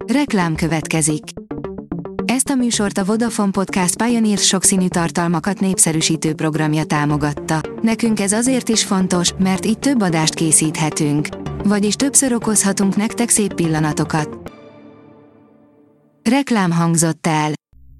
Reklám következik. Ezt a műsort a Vodafone Podcast Pioneer sokszínű tartalmakat népszerűsítő programja támogatta. Nekünk ez azért is fontos, mert így több adást készíthetünk. Vagyis többször okozhatunk nektek szép pillanatokat. Reklám hangzott el.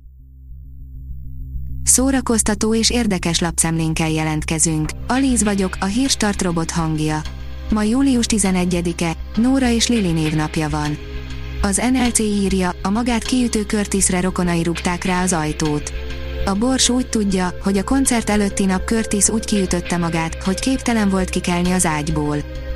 Szórakoztató és érdekes lapszemlénkkel jelentkezünk. Alíz vagyok, a Hírstart robot hangja. Ma július 11-e, Nóra és Lili névnapja van. Az NLC írja, a magát kiütő Curtisre rokonai rúgták rá az ajtót. A Bors úgy tudja, hogy a koncert előtti nap Curtis úgy kiütötte magát, hogy képtelen volt kikelni az ágyból.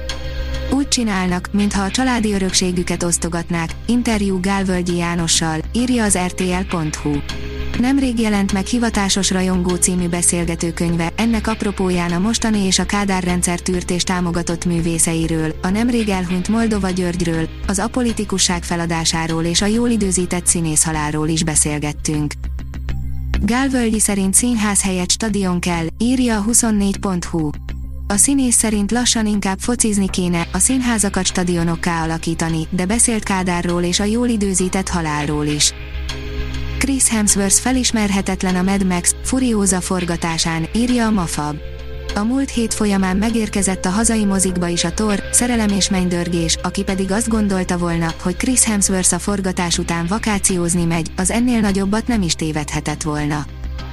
Úgy csinálnak, mintha a családi örökségüket osztogatnák, interjú Gálvölgyi Jánossal, írja az RTL.hu. Nemrég jelent meg Hivatásos rajongó című beszélgetőkönyve, ennek apropóján a mostani és a Kádár rendszer tűrt és támogatott művészeiről, a nemrég elhunyt Moldova Györgyről, az apolitikusság feladásáról és a jól időzített színészhalálról is beszélgettünk. Gálvölgyi szerint színház helyett stadion kell, írja a 24.hu. A színész szerint lassan inkább focizni kéne, a színházakat stadionokká alakítani, de beszélt Kádárról és a jól időzített halálról is. Chris Hemsworth felismerhetetlen a Mad Max Furiosa forgatásán, írja a Mafab. A múlt hét folyamán megérkezett a hazai mozikba is a Thor, szerelem és mennydörgés, aki pedig azt gondolta volna, hogy Chris Hemsworth a forgatás után vakációzni megy, az ennél nagyobbat nem is tévedhetett volna.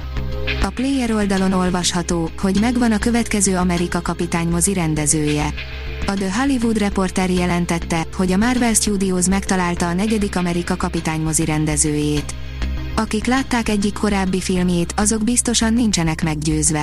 A Player oldalon olvasható, hogy megvan a következő Amerika kapitány mozi rendezője. A The Hollywood Reporter jelentette, hogy a Marvel Studios megtalálta a 4. Amerika kapitány mozi rendezőjét. Akik látták egyik korábbi filmjét, azok biztosan nincsenek meggyőzve.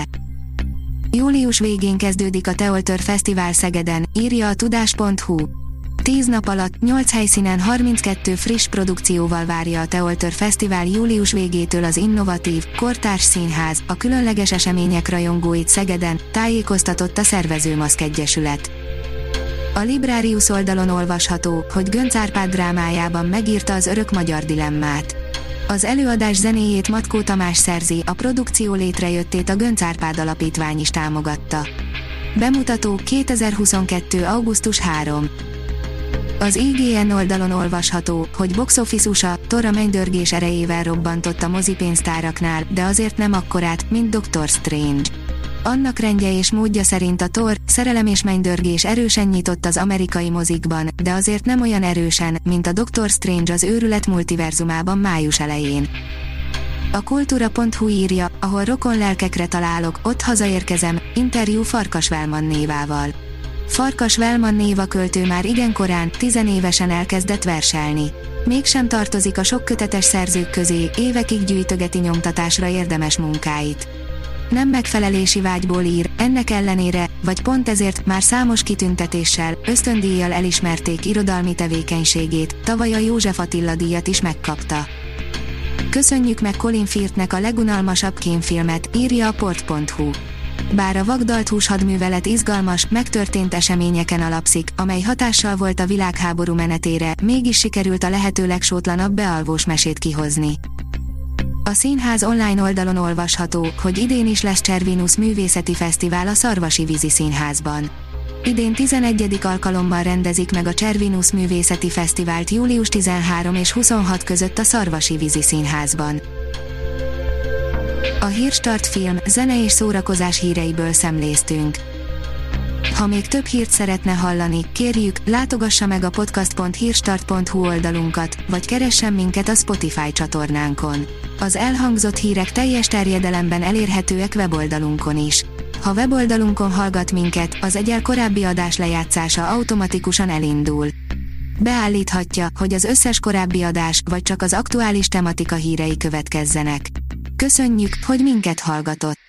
Július végén kezdődik a Teoltör Fesztivál Szegeden, írja a tudás.hu. 10 nap alatt, 8 helyszínen 32 friss produkcióval várja a Teoltör Fesztivál július végétől az innovatív, kortárs színház, a különleges események rajongóit Szegeden, tájékoztatott a Szervezőmaszk Egyesület. A Librarius oldalon olvasható, hogy Göncz Árpád drámájában megírta az örök magyar dilemmát. Az előadás zenéjét Matkó Tamás szerzi, a produkció létrejöttét a Göncz Árpád Alapítvány is támogatta. Bemutató 2022. augusztus 3. Az IGN oldalon olvasható, hogy box office USA, Thor a mennydörgés erejével robbantott a mozipénztáraknál, de azért nem akkorát, mint Doctor Strange. Annak rendje és módja szerint a Thor, szerelem és mennydörgés erősen nyitott az amerikai mozikban, de azért nem olyan erősen, mint a Doctor Strange az őrület multiverzumában május elején. A kultúra.hu írja, ahol rokon lelkekre találok, ott hazaérkezem, interjú Farkas Velman Névával. Farkas Velman Néva költő már igen korán, 10 évesen elkezdett verselni. Mégsem tartozik a sok kötetes szerzők közé, évekig gyűjtögeti nyomtatásra érdemes munkáit. Nem megfelelési vágyból ír, ennek ellenére, vagy pont ezért már számos kitüntetéssel, ösztöndíjjal elismerték irodalmi tevékenységét, tavaly a József Attila díjat is megkapta. Köszönjük meg Colin Firthnek a legunalmasabb kémfilmet, írja a port.hu. Bár a vakdalt húshadművelet izgalmas, megtörtént eseményeken alapszik, amely hatással volt a világháború menetére, mégis sikerült a lehető legsótlanabb bealvós mesét kihozni. A színház online oldalon olvasható, hogy idén is lesz Cervinus művészeti fesztivál a Szarvasi Vízi Színházban. Idén 11. alkalommal rendezik meg a Cervinus művészeti fesztivált július 13 és 26 között a Szarvasi Vízi Színházban. A Hírstart film, zene és szórakozás híreiből szemléztünk. Ha még több hírt szeretne hallani, kérjük, látogassa meg a podcast.hírstart.hu oldalunkat, vagy keressen minket a Spotify csatornánkon. Az elhangzott hírek teljes terjedelemben elérhetőek weboldalunkon is. Ha weboldalunkon hallgat minket, az egyel korábbi adás lejátszása automatikusan elindul. Beállíthatja, hogy az összes korábbi adás, vagy csak az aktuális tematika hírei következzenek. Köszönjük, hogy minket hallgatott!